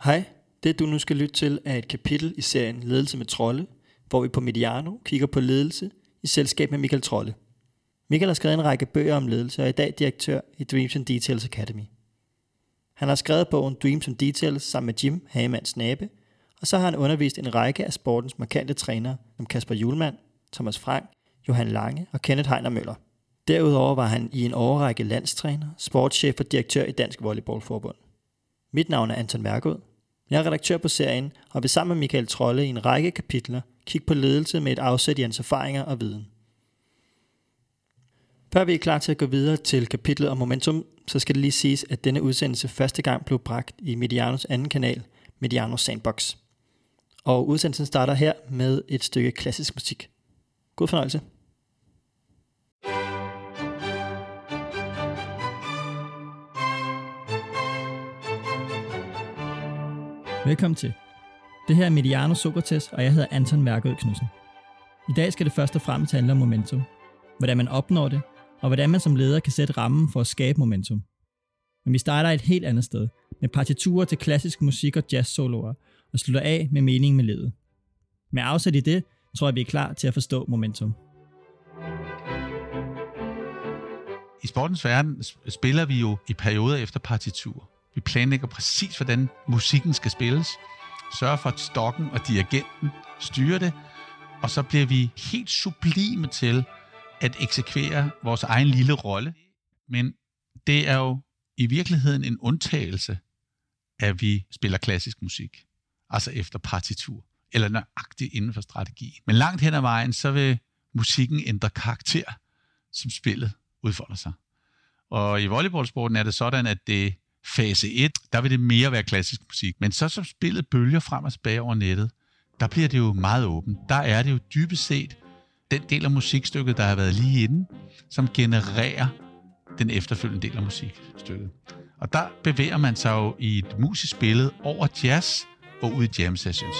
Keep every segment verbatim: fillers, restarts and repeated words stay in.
Hej, det du nu skal lytte til er et kapitel i serien Ledelse med Trolle, hvor vi på Mediano kigger på ledelse i selskab med Michael Trolle. Michael har skrevet en række bøger om ledelse og er i dag direktør i Dreams and Details Academy. Han har skrevet bogen Dreams and Details sammen med Jim Hagemann Snabe, og så har han undervist en række af sportens markante trænere som Kasper Hjulmand, Thomas Frank, Johan Lange og Kenneth Heiner Møller. Derudover var han i en årrække landstræner, sportschef og direktør i Dansk Volleyballforbund. Mit navn er Anton Mærkød. Jeg er redaktør på serien og vil sammen med Michael Trolle i en række kapitler kigge på ledelse med et afsæt i hans erfaringer og viden. Før vi er klar til at gå videre til kapitlet om momentum, så skal det lige siges, at denne udsendelse første gang blev bragt i Medianos anden kanal, Mediano Sandbox. Og udsendelsen starter her med et stykke klassisk musik. God fornøjelse. Velkommen til. Det her er Mediano Sokrates, og jeg hedder Anton Mærkød Knudsen. I dag skal det først og fremmest handle om momentum. Hvordan man opnår det, og hvordan man som leder kan sætte rammen for at skabe momentum. Men vi starter et helt andet sted, med partiturer til klassisk musik og jazz-soloer, og slutter af med meningen med ledet. Med afsæt i det, tror jeg, vi er klar til at forstå momentum. I sportens verden spiller vi jo i perioder efter partitur. Vi planlægger præcis, hvordan musikken skal spilles, sørger for, at stokken og dirigenten styrer det, og så bliver vi helt sublime til at eksekvere vores egen lille rolle. Men det er jo i virkeligheden en undtagelse, at vi spiller klassisk musik, altså efter partitur, eller nøjagtigt inden for strategi. Men langt hen ad vejen, så vil musikken ændre karakter, som spillet udfolder sig. Og i volleyballsporten er det sådan, at det fase et, der vil det mere være klassisk musik. Men så som spillet bølger frem og tilbage over nettet, der bliver det jo meget åbent. Der er det jo dybest set den del af musikstykket, der har været lige inden, som genererer den efterfølgende del af musikstykket. Og der bevæger man sig jo i et musisk billede over jazz og ud i jam sessions.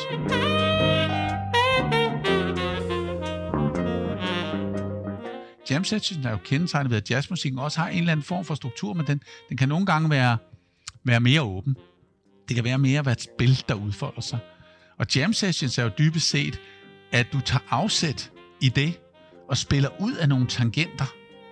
Jam sessions er jo kendetegnet ved, at jazzmusikken også har en eller anden form for struktur, men den, den kan nogle gange være, være mere åben. Det kan være mere være et spil, der udfolder sig. Og jam sessions er jo dybest set, at du tager afsæt i det og spiller ud af nogle tangenter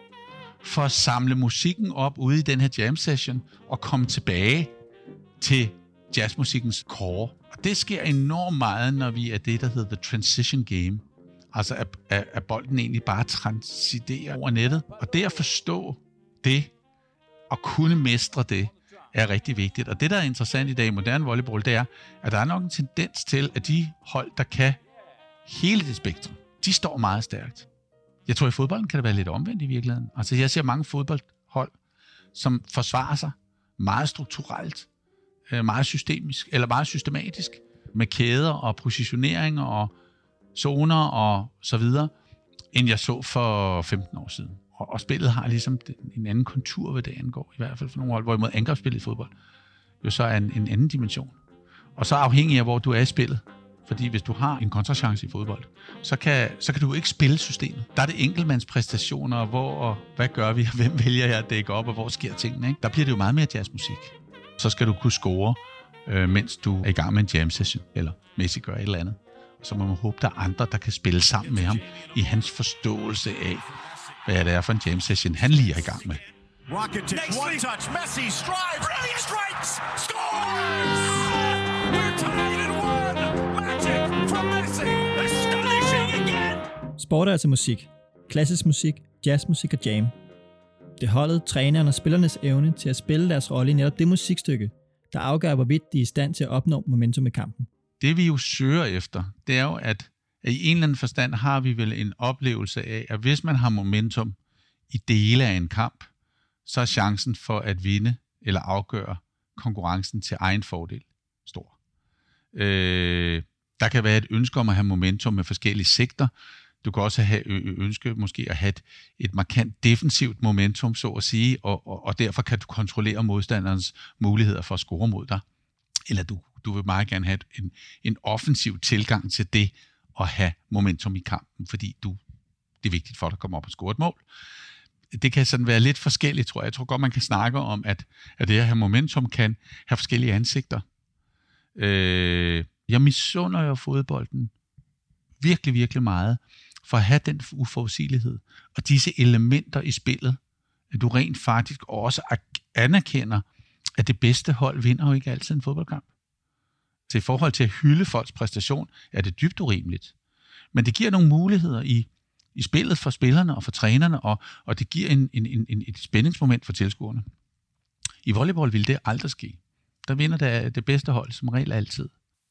for at samle musikken op ude i den her jam session og komme tilbage til jazzmusikkens core. Og det sker enormt meget, når vi er det, der hedder the transition game. Altså at, at, at bolden egentlig bare transiterer over nettet. Og det at forstå det og kunne mestre det, er rigtig vigtigt. Og det, der er interessant i dag i moderne volleyball, det er, at der er nok en tendens til, at de hold, der kan hele det spektrum, de står meget stærkt. Jeg tror, i fodbolden kan det være lidt omvendt i virkeligheden. Altså jeg ser mange fodboldhold, som forsvarer sig meget strukturelt, meget systemisk, eller meget systematisk, med kæder og positioneringer og zoner og så videre, end jeg så for femten år siden. Og, og spillet har ligesom en anden kontur, hvad det angår, i hvert fald for nogle hold, hvorimod angrebsspillet i fodbold jo så er en, en anden dimension. Og så afhængig af, hvor du er i spillet. Fordi hvis du har en kontrachance i fodbold, så kan, så kan du ikke spille systemet. Der er det enkeltmandspræstationer, hvor og hvad gør vi, og hvem vælger jeg at dække op, og hvor sker tingene. Ikke? Der bliver det jo meget mere jazzmusik. Så skal du kunne score, øh, mens du er i gang med en jam session, eller Messi gør et eller andet. Så må man håbe, der er andre, der kan spille sammen med ham i hans forståelse af, hvad det er for en jam session, han lige er i gang med. Rakitic, one touch, Messi, strikes, brilliant strikes, scores! We're tied at one! Magic from Messi, astonishing again! Sport er altså musik. Klassisk musik, jazzmusik og jam. Det holdet, træneren og spillernes evne til at spille deres rolle i netop det musikstykke, der afgør, hvorvidt de er i stand til at opnå momentum i kampen. Det vi jo søger efter, det er jo, at i en eller anden forstand har vi vel en oplevelse af, at hvis man har momentum i dele af en kamp, så er chancen for at vinde eller afgøre konkurrencen til egen fordel stor. Øh, der kan være et ønske om at have momentum med forskellige sigter. Du kan også have ønske måske at have et, et markant defensivt momentum, så at sige, og, og, og derfor kan du kontrollere modstanderens muligheder for at score mod dig. Eller du, du vil meget gerne have en, en offensiv tilgang til det at have momentum i kampen, fordi du, det er vigtigt for dig at komme op og score et mål. Det kan sådan være lidt forskelligt, tror jeg. Jeg tror godt, man kan snakke om, at, at det at have momentum kan have forskellige ansigter. Øh, jeg misunder jo fodbolden virkelig, virkelig meget, for at have den uforudsigelighed, og disse elementer i spillet, at du rent faktisk også anerkender, at det bedste hold vinder jo ikke altid en fodboldkamp. Så i forhold til at hylde folks præstation, er det dybt urimeligt. Men det giver nogle muligheder i, i spillet for spillerne og for trænerne, og, og det giver en, en, en, et spændingsmoment for tilskuerne. I volleyball vil det aldrig ske. Der vinder det, det bedste hold som regel altid.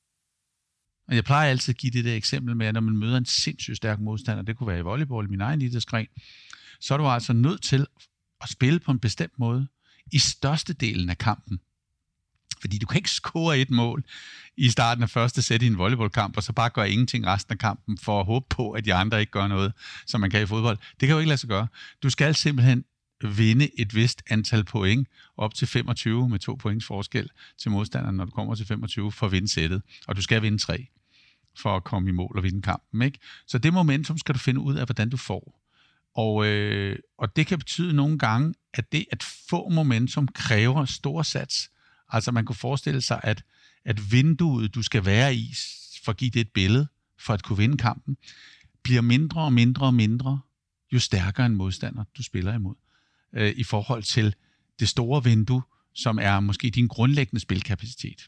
Og jeg plejer altid at give det der eksempel med, at når man møder en sindssygt stærk modstander, det kunne være i volleyball, min egen idrætsgren, så er du altså nødt til at spille på en bestemt måde i størstedelen af kampen. Fordi du kan ikke score et mål i starten af første sæt i en volleyballkamp, og så bare gøre ingenting resten af kampen for at håbe på, at de andre ikke gør noget, som man kan i fodbold. Det kan jo ikke lade sig gøre. Du skal simpelthen vinde et vist antal point, op til femogtyve med to points forskel til modstanderen, når du kommer til femogtyve for at vinde sættet. Og du skal vinde tre for at komme i mål og vinde kampen, ikke? Så det momentum skal du finde ud af, hvordan du får. Og, øh, og det kan betyde nogle gange, at det at få momentum kræver stor sats. Altså man kunne forestille sig, at, at vinduet, du skal være i, for at give det et billede, for at kunne vinde kampen, bliver mindre og mindre og mindre, jo stærkere en modstander, du spiller imod. Øh, I forhold til det store vindue, som er måske din grundlæggende spilkapacitet.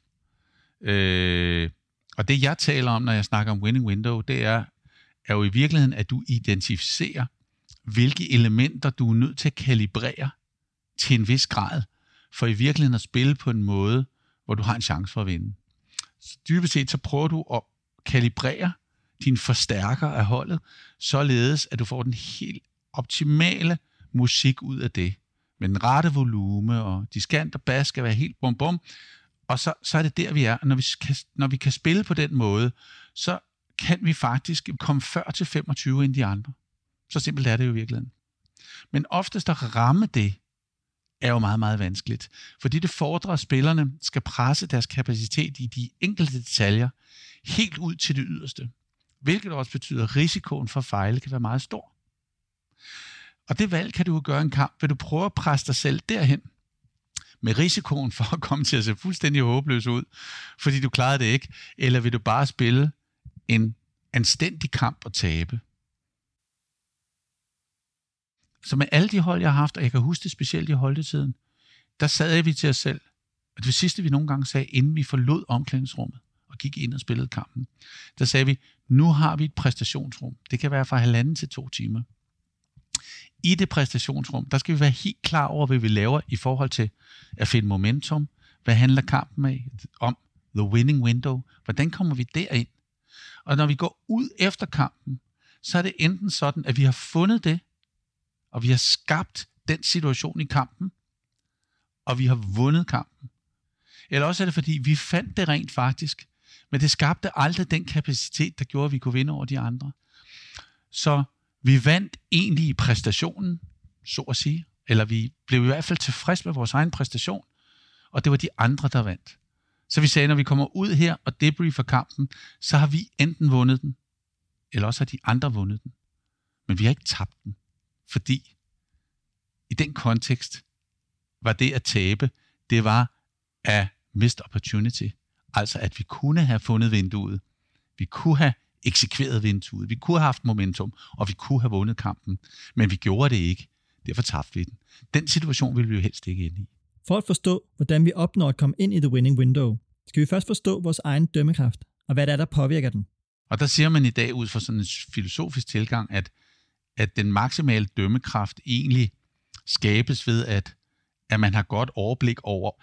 Øh, og det jeg taler om, når jeg snakker om winning window, det er, er jo i virkeligheden, at du identificerer, hvilke elementer du er nødt til at kalibrere til en vis grad, for i virkeligheden at spille på en måde, hvor du har en chance for at vinde. Så dybest set, så prøver du at kalibrere din forstærker af holdet, således at du får den helt optimale musik ud af det, med den rette volume, og diskant og bas skal være helt bum bum, og så, så er det der, vi er. Når vi, kan, når vi kan spille på den måde, så kan vi faktisk komme før til femogtyve end de andre. Så simpelt er det jo i virkeligheden. Men oftest at ramme det, er jo meget, meget vanskeligt. Fordi det fordrer, at spillerne skal presse deres kapacitet i de enkelte detaljer helt ud til det yderste. Hvilket også betyder, at risikoen for at fejle kan være meget stor. Og det valg kan du jo gøre en kamp. Vil du prøve at presse dig selv derhen, med risikoen for at komme til at se fuldstændig håbløs ud, fordi du klarede det ikke, eller vil du bare spille en anstændig kamp og tabe? Så med alle de hold, jeg har haft, og jeg kan huske det specielt i holdetiden, der sad vi til os selv, og det sidste vi nogle gange sagde, inden vi forlod omklædningsrummet og gik ind og spillede kampen, der sagde vi, nu har vi et præstationsrum. Det kan være fra halvanden til to timer. I det præstationsrum, der skal vi være helt klar over, hvad vi laver i forhold til at finde momentum. Hvad handler kampen af? Om the winning window. Hvordan kommer vi derind? Og når vi går ud efter kampen, så er det enten sådan, at vi har fundet det, og vi har skabt den situation i kampen, og vi har vundet kampen. Eller også er det, fordi vi fandt det rent faktisk, men det skabte aldrig den kapacitet, der gjorde, at vi kunne vinde over de andre. Så vi vandt egentlig i præstationen, så at sige, eller vi blev i hvert fald tilfreds med vores egen præstation, og det var de andre, der vandt. Så vi sagde, når vi kommer ud her og debriefer kampen, så har vi enten vundet den, eller også har de andre vundet den. Men vi har ikke tabt den. Fordi i den kontekst var det at tabe, det var a missed opportunity. Altså at vi kunne have fundet vinduet. Vi kunne have eksekveret vinduet. Vi kunne have haft momentum, og vi kunne have vundet kampen. Men vi gjorde det ikke. Derfor tabte vi den. Den situation ville vi jo helst ikke ind i. For at forstå, hvordan vi opnår at komme ind i the winning window, skal vi først forstå vores egen dømmekraft, og hvad det er, der påvirker den. Og der siger man i dag ud fra sådan en filosofisk tilgang, at at den maksimale dømmekraft egentlig skabes ved, at, at man har godt overblik over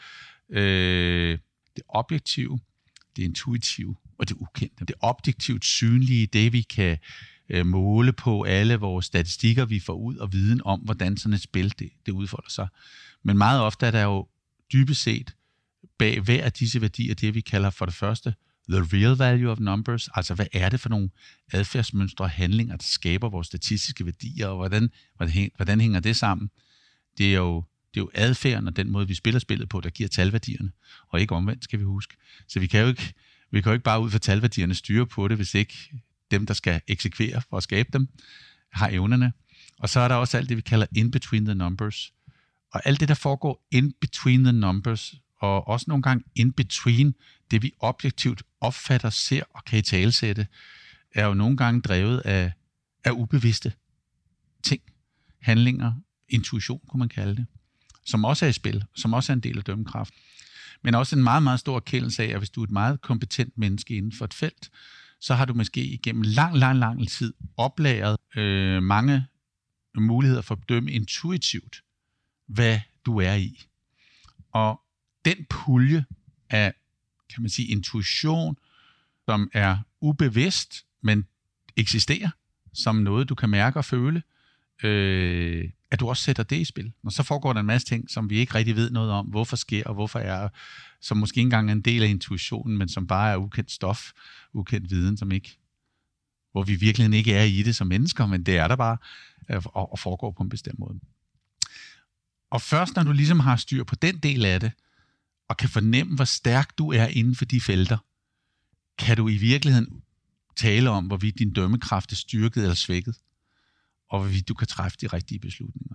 øh, det objektive, det intuitive og det ukendte. Det objektivt synlige, det vi kan øh, måle på alle vores statistikker, vi får ud, og viden om, hvordan sådan et spil det, det udfolder sig. Men meget ofte er der jo dybest set bag hver af disse værdier, det vi kalder for det første the real value of numbers, altså hvad er det for nogle adfærdsmønstre og handlinger, der skaber vores statistiske værdier, og hvordan, hvordan, hvordan hænger det sammen? Det er, jo, det er jo adfærden og den måde, vi spiller spillet på, der giver talværdierne, og ikke omvendt, skal vi huske. Så vi kan jo ikke, vi kan jo ikke bare ud fra talværdierne styre på det, hvis ikke dem, der skal eksekvere for at skabe dem, har evnerne. Og så er der også alt det, vi kalder in between the numbers. Og alt det, der foregår in between the numbers, og også nogle gange in between, det vi objektivt opfatter, ser og kan italesætte, er jo nogle gange drevet af, af ubevidste ting, handlinger, intuition kunne man kalde det, som også er i spil, som også er en del af dømmekraft. Men også en meget, meget stor erkendelse af, at hvis du er et meget kompetent menneske inden for et felt, så har du måske igennem lang, lang, lang tid oplæret øh, mange muligheder for at dømme intuitivt, hvad du er i. Og den pulje af, kan man sige, intuition, som er ubevidst, men eksisterer som noget, du kan mærke og føle, øh, at du også sætter det i spil. Og så foregår der en masse ting, som vi ikke rigtig ved noget om, hvorfor sker og hvorfor er, som måske ikke engang er en del af intuitionen, men som bare er ukendt stof, ukendt viden, som ikke, hvor vi virkelig ikke er i det som mennesker, men det er der bare, og, og foregår på en bestemt måde. Og først når du ligesom har styr på den del af det, og kan fornemme, hvor stærk du er inden for de felter, kan du i virkeligheden tale om, hvorvidt din dømmekraft er styrket eller svækket, og hvorvidt du kan træffe de rigtige beslutninger.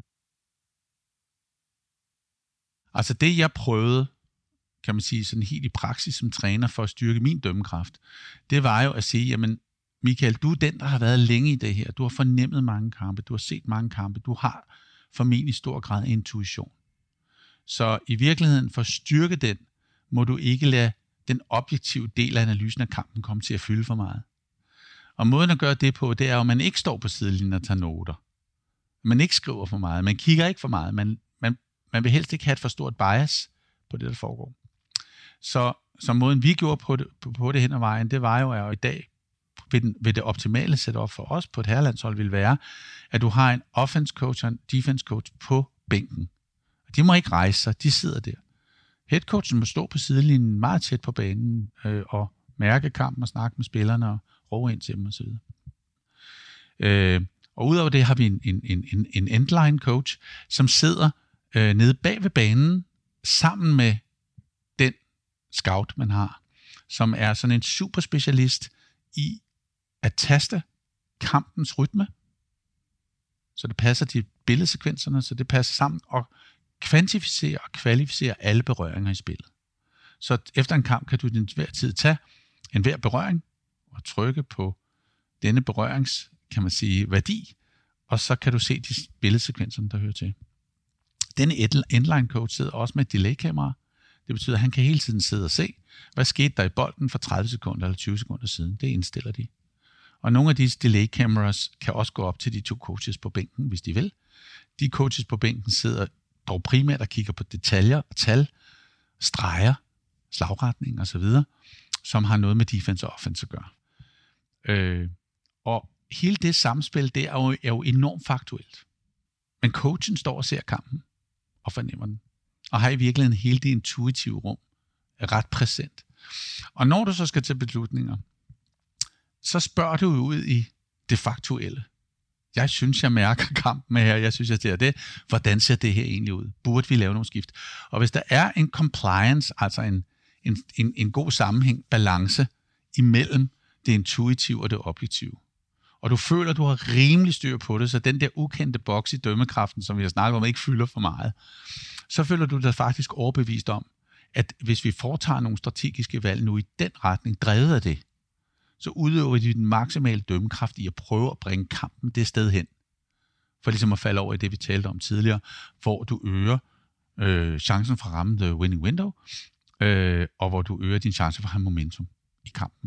Altså det, jeg prøvede, kan man sige, sådan helt i praksis som træner for at styrke min dømmekraft, det var jo at sige, jamen Michael, du er den, der har været længe i det her. Du har fornemmet mange kampe, du har set mange kampe, du har formentlig i stor grad intuition. Så i virkeligheden, for at styrke den, må du ikke lade den objektive del af analysen af kampen komme til at fylde for meget. Og måden at gøre det på, det er jo, at man ikke står på sidelinjen og tager noter. Man ikke skriver for meget, man kigger ikke for meget, man, man, man vil helst ikke have et for stort bias på det, der foregår. Så, så måden vi gjorde på det, på, på det hen ad vejen, det var jo, at i dag ved, den, ved det optimale setup for os på et herrelandshold vil være, at du har en offense coach og en defense coach på bænken. De må ikke rejse sig, de sidder der. Headcoachen må stå på sidelinjen meget tæt på banen øh, og mærke kampen og snakke med spillerne og råbe ind til dem osv. Øh, og udover det har vi en, en, en, en endline coach, som sidder øh, nede bag ved banen sammen med den scout, man har, som er sådan en superspecialist i at taste kampens rytme, så det passer til billedsekvenserne, så det passer sammen, og kvantificere og kvalificere alle berøringer i spillet. Så efter en kamp kan du til enhver tid tage enhver berøring og trykke på denne berørings, kan man sige, værdi, og så kan du se de billedsekvenser, der hører til. Denne endline coach sidder også med et delay-kamera. Det betyder, at han kan hele tiden sidde og se, hvad skete der i bolden for tredive sekunder eller tyve sekunder siden. Det indstiller de. Og nogle af disse delay cameras kan også gå op til de to coaches på bænken, hvis de vil. De coaches på bænken sidder dog primært og kigger på detaljer, tal, streger, slagretning og så videre, som har noget med defense og offense at gøre. Øh, og hele det samspil, det er jo, er jo enormt faktuelt. Men coachen står og ser kampen og fornemmer den, og har i virkeligheden hele det intuitive rum ret præsent. Og når du så skal til beslutninger, så spørger du ud i det faktuelle. Jeg synes, jeg mærker kampen her, jeg synes, jeg ser det. Hvordan ser det her egentlig ud? Burde vi lave nogle skift? Og hvis der er en compliance, altså en, en, en, en god sammenhæng, balance imellem det intuitive og det objektive, og du føler, at du har rimelig styr på det, så den der ukendte boks i dømmekraften, som vi har snakket om, ikke fylder for meget, så føler du dig faktisk overbevist om, at hvis vi foretager nogle strategiske valg nu i den retning, drevet af det, så udøver de den maksimale dømmekraft i at prøve at bringe kampen det sted hen. For ligesom at falde over i det, vi talte om tidligere, hvor du øger øh, chancen for at ramme the winning window, øh, og hvor du øger din chance for at have momentum i kampen.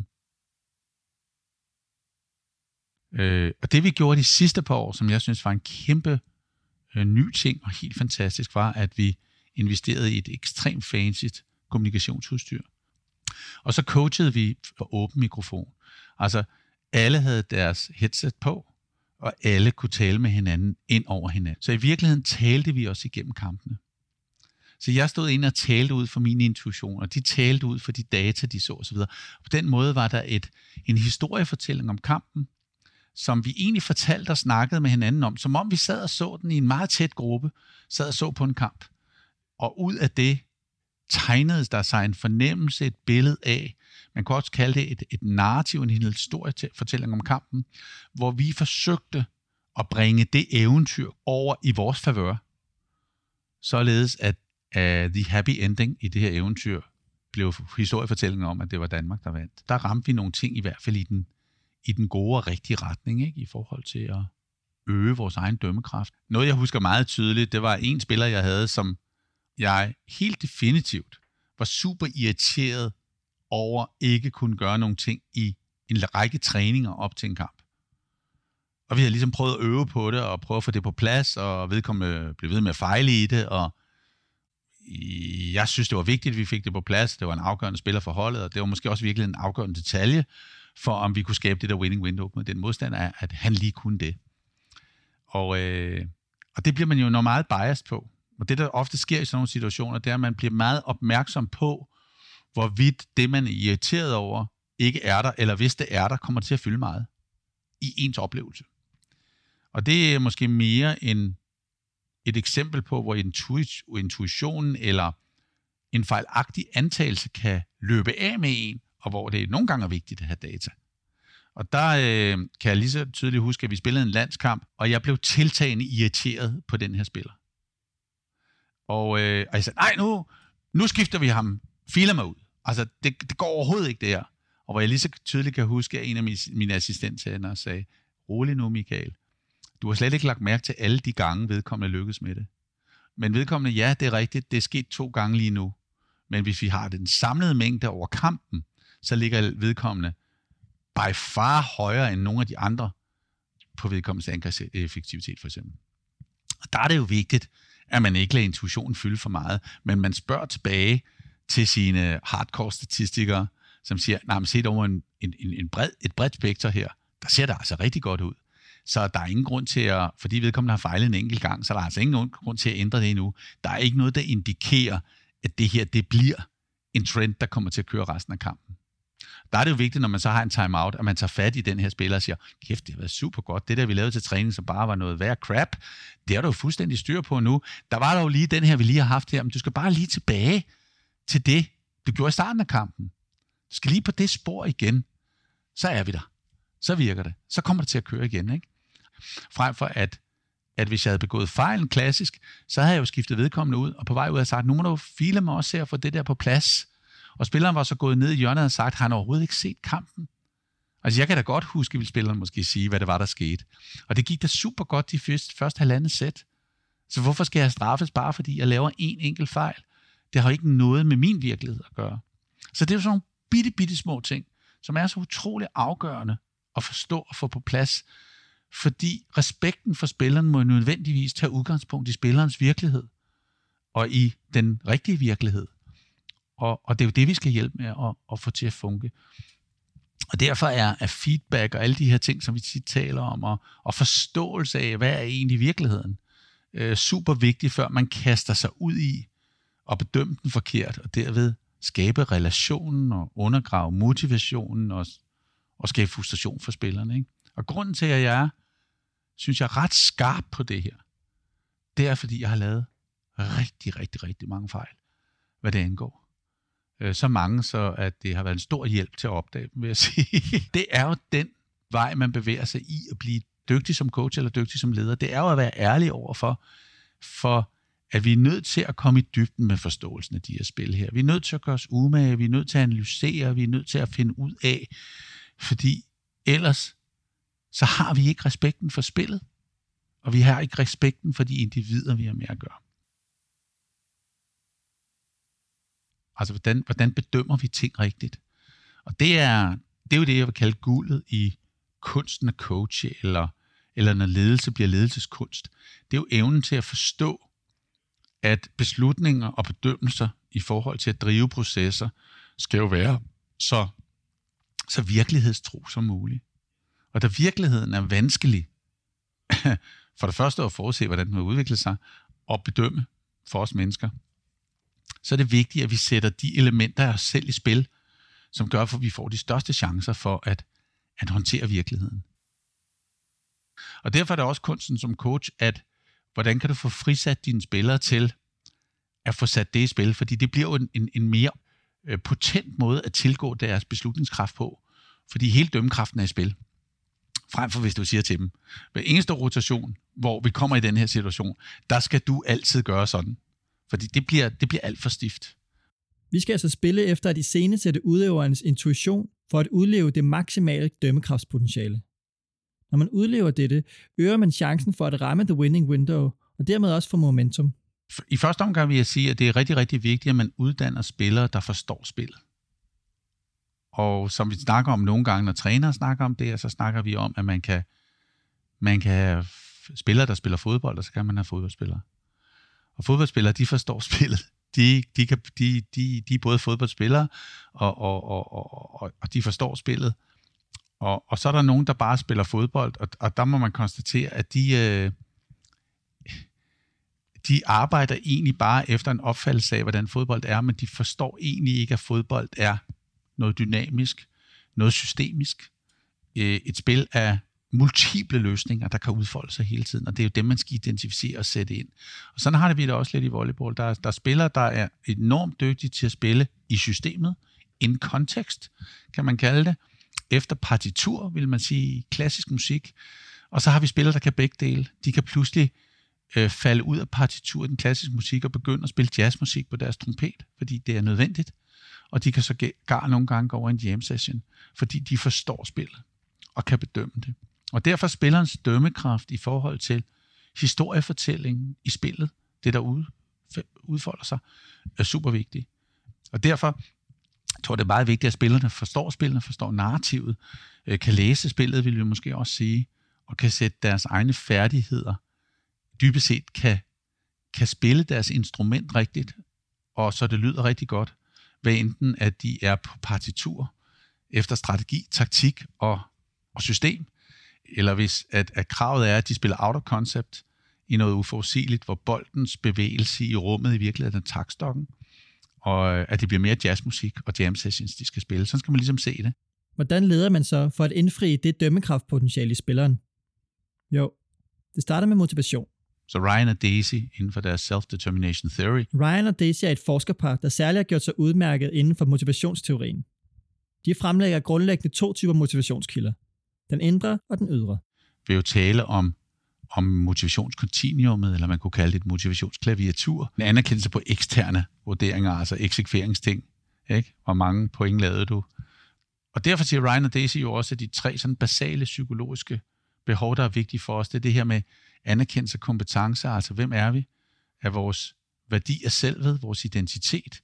Øh, og det vi gjorde de sidste par år, som jeg synes var en kæmpe øh, ny ting og helt fantastisk, var, at vi investerede i et ekstremt fancy kommunikationsudstyr. Og så coachede vi for åben mikrofon. Altså, alle havde deres headset på, og alle kunne tale med hinanden ind over hinanden. Så i virkeligheden talte vi også igennem kampene. Så jeg stod inde og talte ud for mine intuitioner, og de talte ud for de data, de så osv. På den måde var der et, en historiefortælling om kampen, som vi egentlig fortalte og snakkede med hinanden om, som om vi sad og så den i en meget tæt gruppe, sad og så på en kamp. Og ud af det tegnede der sig en fornemmelse, et billede af, man kan også kalde det et, et narrativ, en historiefortælling om kampen, hvor vi forsøgte at bringe det eventyr over i vores favør, således at uh, the happy ending i det her eventyr blev historiefortællingen om, at det var Danmark, der vandt. Der ramte vi nogle ting i hvert fald i den, i den gode og rigtige retning, ikke? I forhold til at øge vores egen dømmekraft. Noget, jeg husker meget tydeligt, det var en spiller, jeg havde, som jeg helt definitivt var super irriteret over ikke kunne gøre nogle ting i en række træninger op til en kamp. Og vi havde ligesom prøvet at øve på det, og prøve at få det på plads, og vedkommende blev ved med at fejle i det, og jeg synes, det var vigtigt, at vi fik det på plads. Det var en afgørende spiller for holdet, og det var måske også virkelig en afgørende detalje, for om vi kunne skabe det der winning window med den modstander, at han lige kunne det. Og, øh, og det bliver man jo noget meget biased på. Og det, der ofte sker i sådan nogle situationer, det er, at man bliver meget opmærksom på, hvorvidt det, man er irriteret over, ikke er der, eller hvis det er der, kommer det til at fylde meget i ens oplevelse. Og det er måske mere en, et eksempel på, hvor intuitionen eller en fejlagtig antagelse kan løbe af med en, og hvor det nogle gange er vigtigt at have data. Og der øh, kan jeg lige så tydeligt huske, at vi spillede en landskamp, og jeg blev tiltagende irriteret på den her spiller. Og, øh, og jeg sagde, nej, nu, nu skifter vi ham, filer mig ud. Altså, det, det går overhovedet ikke det her. Og hvor jeg lige så tydeligt kan huske, at en af mine, mine assistenttænder sagde, rolig nu, Michael. Du har slet ikke lagt mærke til alle de gange, vedkommende lykkes med det. Men vedkommende, ja, det er rigtigt, det er sket to gange lige nu. Men hvis vi har den samlede mængde over kampen, så ligger vedkommende by far højere end nogle af de andre på vedkommendes angrebseffektivitet, for eksempel. Og der er det jo vigtigt, at man ikke lader intuitionen fylde for meget, men man spørger tilbage til sine hardcore-statistikere, som siger, nej, men se over en, en, en bred, et bredt spekter her, der ser det altså rigtig godt ud. Så der er ingen grund til at, fordi vedkommende har fejlet en enkelt gang, så der er altså ingen grund til at ændre det endnu. Der er ikke noget, der indikerer, at det her, det bliver en trend, der kommer til at køre resten af kampen. Der er det jo vigtigt, når man så har en timeout, at man tager fat i den her spiller og siger, kæft, det har været super godt. Det der, vi lavede til træning, som bare var noget værd crap, det er du jo fuldstændig styr på nu. Der var jo lige den her, vi lige har haft her, men du skal bare lige tilbage til det, du gjorde i starten af kampen. Du skal lige på det spor igen. Så er vi der. Så virker det. Så kommer det til at køre igen, ikke? Frem for at, at hvis jeg havde begået fejlen klassisk, så havde jeg jo skiftet vedkommende ud, og på vej ud havde sagt, nu må du file mig også her for det der på plads. Og spilleren var så gået ned i hjørnet og sagt, han har overhovedet ikke set kampen. Altså jeg kan da godt huske, vil spilleren måske sige, hvad det var, der skete. Og det gik da super godt de første, første halvandet sæt. Så hvorfor skal jeg straffes bare, fordi jeg laver en enkelt fejl? Det har ikke noget med min virkelighed at gøre. Så det er jo sådan nogle bitte, bitte små ting, som er så utrolig afgørende at forstå og få på plads. Fordi respekten for spilleren må nødvendigvis tage udgangspunkt i spillerens virkelighed. Og i den rigtige virkelighed. Og, og det er jo det, vi skal hjælpe med at, at få til at funke. Og derfor er, er feedback og alle de her ting, som vi tit taler om, og, og forståelse af, hvad er egentlig virkeligheden, øh, super vigtigt, før man kaster sig ud i og bedømme den forkert, og derved skabe relationen og undergrave motivationen og, og skabe frustration for spillerne. Ikke? Og grunden til, at jeg er, synes jeg er ret skarp på det her, det er, fordi jeg har lavet rigtig, rigtig, rigtig mange fejl, hvad det angår. Så mange, så at det har været en stor hjælp til at opdage dem, vil jeg sige. Det er jo den vej, man bevæger sig i at blive dygtig som coach eller dygtig som leder. Det er jo at være ærlig overfor, for at vi er nødt til at komme i dybden med forståelsen af de her spil her. Vi er nødt til at gøre os umage, vi er nødt til at analysere, vi er nødt til at finde ud af, fordi ellers så har vi ikke respekten for spillet, og vi har ikke respekten for de individer, vi har med at gøre. Altså, hvordan, hvordan bedømmer vi ting rigtigt? Og det er, det er jo det, jeg vil kalde guldet i kunsten at coache, eller, eller når ledelse bliver ledelseskunst. Det er jo evnen til at forstå, at beslutninger og bedømmelser i forhold til at drive processer, skal jo være så, så virkelighedstro som muligt. Og da virkeligheden er vanskelig, for det første at forudse, hvordan den vil udvikle sig, og bedømme for os mennesker, så er det vigtigt, at vi sætter de elementer af os selv i spil, som gør, at vi får de største chancer for at, at håndtere virkeligheden. Og derfor er det også kunsten som coach, at hvordan kan du få frisat dine spillere til at få sat det i spil, fordi det bliver jo en, en, en mere potent måde at tilgå deres beslutningskraft på, fordi hele dømmekraften er i spil. Frem for hvis du siger til dem, ved eneste rotation, hvor vi kommer i den her situation, der skal du altid gøre sådan. Fordi det bliver, det bliver alt for stift. Vi skal altså spille efter at iscenesætte udøverens intuition for at udleve det maksimale dømmekraftspotentiale. Når man udlever dette, øger man chancen for at ramme the winning window, og dermed også for momentum. I første omgang vil jeg sige, at det er rigtig, rigtig vigtigt, at man uddanner spillere, der forstår spillet. Og som vi snakker om nogle gange, når trænere snakker om det, så snakker vi om, at man kan, man kan have spillere, der spiller fodbold, og så kan man have fodboldspillere. Og fodboldspillere, de forstår spillet. De, de, kan, de, de, de er både fodboldspillere, og, og, og, og, og de forstår spillet. Og, og så er der nogen, der bare spiller fodbold, og, og der må man konstatere, at de, øh, de arbejder egentlig bare efter en opfattelse af, hvordan fodbold er, men de forstår egentlig ikke, at fodbold er noget dynamisk, noget systemisk. Øh, et spil af multiple løsninger, der kan udfolde sig hele tiden, og det er jo dem, man skal identificere og sætte ind. Og sådan har det vi da også lidt i volleyball. Der er, der er spillere, der er enormt dygtige til at spille i systemet, in kontekst, kan man kalde det, efter partitur, vil man sige, klassisk musik. Og så har vi spillere, der kan begge dele. De kan pludselig øh, falde ud af partitur, den klassiske musik, og begynde at spille jazzmusik på deres trompet, fordi det er nødvendigt. Og de kan så gar nogle gange gå over en jam session, fordi de forstår spillet og kan bedømme det. Og derfor spillerens dømmekraft i forhold til historiefortællingen i spillet, det der ud, udfolder sig, er super vigtigt. Og derfor tror jeg, det er meget vigtigt, at spillerne forstår spillet, forstår narrativet, kan læse spillet, vil vi måske også sige, og kan sætte deres egne færdigheder, dybest set kan, kan spille deres instrument rigtigt, og så det lyder rigtig godt, hvad enten at de er på partitur, efter strategi, taktik og, og system, eller hvis at, at kravet er, at de spiller out of concept i noget uforudsigeligt, hvor boldens bevægelse i rummet i virkeligheden er takstokken, og at det bliver mere jazzmusik og jam sessions, de skal spille. Sådan skal man ligesom se det. Hvordan leder man så for at indfri det dømmekraftpotentiale i spilleren? Jo, det starter med motivation. Så Ryan og Daisy inden for deres self-determination theory. Ryan og Daisy er et forskerpar, der særligt har gjort sig udmærket inden for motivationsteorien. De fremlægger grundlæggende to typer motivationskilder. Den indre og den ydre. Vi vil jo tale om, om motivationskontinuumet, eller man kunne kalde det et motivationsklaviatur. En anerkendelse på eksterne vurderinger, altså eksekveringsting. Ikke? Hvor mange point lavede du? Og derfor siger Ryan og Daisy jo også, at de tre sådan basale psykologiske behov, der er vigtige for os, det er det her med anerkendelse og kompetencer, altså hvem er vi? Er vores værdi af selvet, vores identitet,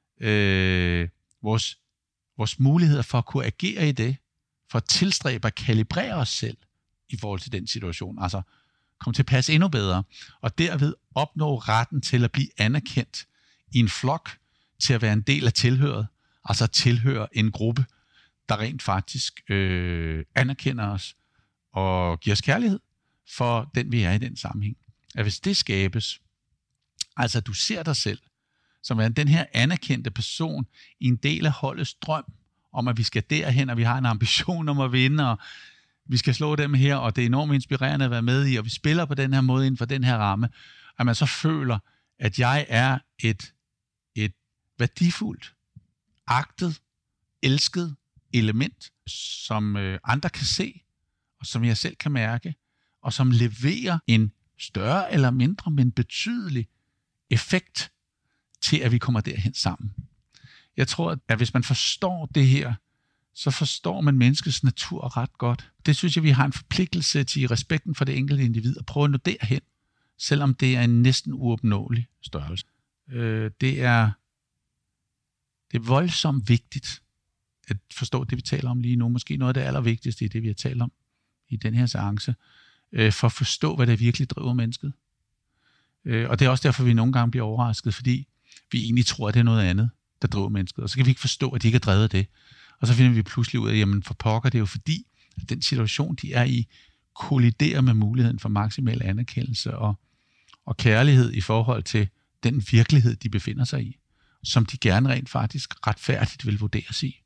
øh, vores, vores muligheder for at kunne agere i det, for at tilstræbe at kalibrere os selv i forhold til den situation, altså komme til at passe endnu bedre, og derved opnå retten til at blive anerkendt i en flok, til at være en del af tilhøret, altså tilhøre en gruppe, der rent faktisk øh, anerkender os og giver os kærlighed for den, vi er i den sammenhæng. At hvis det skabes, altså du ser dig selv som er den her anerkendte person i en del af holdets drøm om, at vi skal derhen, og vi har en ambition om at vinde, og vi skal slå dem her, og det er enormt inspirerende at være med i, og vi spiller på den her måde inden for den her ramme, at man så føler, at jeg er et, et værdifuldt, agtet, elsket element, som øh, andre kan se, og som jeg selv kan mærke, og som leverer en større eller mindre, men betydelig effekt til, at vi kommer derhen sammen. Jeg tror, at hvis man forstår det her, så forstår man menneskets natur ret godt. Det synes jeg, vi har en forpligtelse til i respekten for det enkelte individ, at prøve at nå derhen, selvom det er en næsten uopnåelig størrelse. Øh, det er det er voldsomt vigtigt at forstå det, vi taler om lige nu. Måske noget af det allervigtigste i det, vi har talt om i den her seance, øh, for at forstå, hvad der virkelig driver mennesket. Øh, og det er også derfor, vi nogle gange bliver overrasket, fordi vi egentlig tror, at det er noget andet, der driver mennesket. Og så kan vi ikke forstå, at de ikke er drevet af det. Og så finder vi pludselig ud af, jamen for pokker, det er jo fordi, at den situation, de er i, kolliderer med muligheden for maksimal anerkendelse og, og kærlighed i forhold til den virkelighed, de befinder sig i, som de gerne rent faktisk retfærdigt vil vurderes i.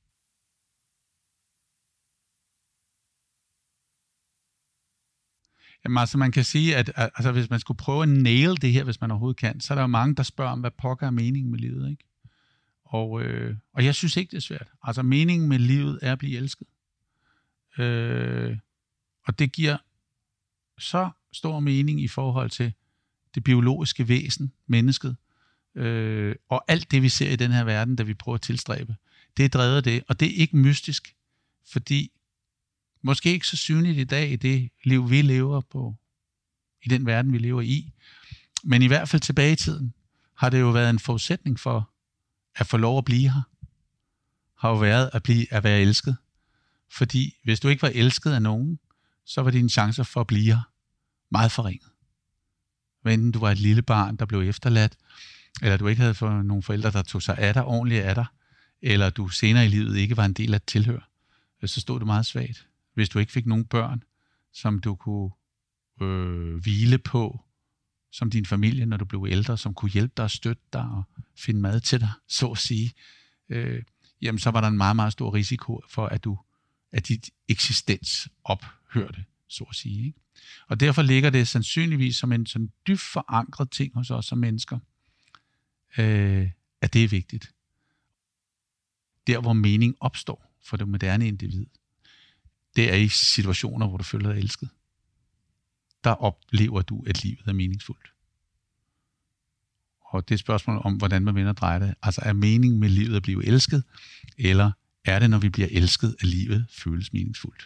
Jamen altså, man kan sige, at altså, hvis man skulle prøve at nail det her, hvis man overhovedet kan, så er der jo mange, der spørger om, hvad pokker er meningen med livet, ikke? Og, øh, og jeg synes ikke, det er svært. Altså, meningen med livet er at blive elsket. Øh, og det giver så stor mening i forhold til det biologiske væsen, mennesket, øh, og alt det, vi ser i den her verden, der vi prøver at tilstræbe, det er drevet af det, og det er ikke mystisk, fordi måske ikke så synligt i dag i det liv, vi lever på, i den verden, vi lever i, men i hvert fald tilbage i tiden, har det jo været en forudsætning for at få lov at blive her, har jo været at, blive, at være elsket. Fordi hvis du ikke var elsket af nogen, så var dine chancer for at blive her meget forringet. Enten du var et lille barn, der blev efterladt, eller du ikke havde for nogle forældre, der tog sig af dig, ordentligt af dig, eller du senere i livet ikke var en del af et tilhør, så stod du meget svagt. Hvis du ikke fik nogen børn, som du kunne øh, hvile på, som din familie, når du blev ældre, som kunne hjælpe dig og støtte dig og finde mad til dig, så at sige, øh, jamen så var der en meget, meget stor risiko for, at du at dit eksistens ophørte, så at sige. Ikke? Og derfor ligger det sandsynligvis som en sådan dybt forankret ting hos os som mennesker, øh, at det er vigtigt. Der, hvor mening opstår for det moderne individ, det er i situationer, hvor du føler dig elsket. Der oplever du, at livet er meningsfuldt. Og det er et spørgsmål om, hvordan man vender og drejer det. Altså er meningen med livet at blive elsket, eller er det, når vi bliver elsket, at livet føles meningsfuldt?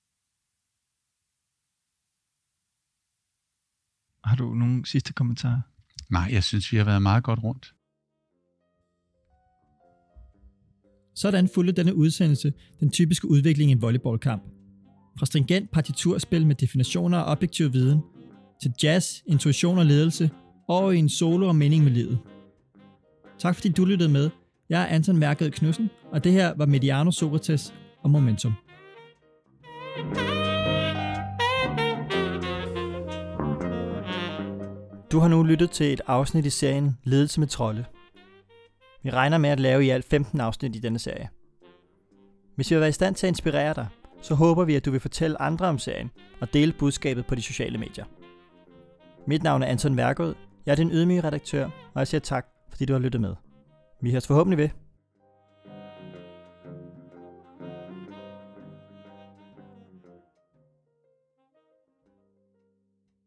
Har du nogle sidste kommentarer? Nej, jeg synes, vi har været meget godt rundt. Sådan fulgte denne udsendelse den typiske udvikling i en volleyballkamp. Fra stringent partiturspil med definitioner og objektiv viden, til jazz, intuition og ledelse, over i en solo og mening med livet. Tak fordi du lyttede med. Jeg er Anton Mærkød Knudsen, og det her var Mediano, Sokrates og Momentum. Du har nu lyttet til et afsnit i serien Ledelse med trolde. Vi regner med at lave i alt femten afsnit i denne serie. Hvis vi har været i stand til at inspirere dig, så håber vi, at du vil fortælle andre om serien og dele budskabet på de sociale medier. Mit navn er Anton Mærkød. Jeg er den ydmyge redaktør, og jeg siger tak, fordi du har lyttet med. Vi høres forhåbentlig ved.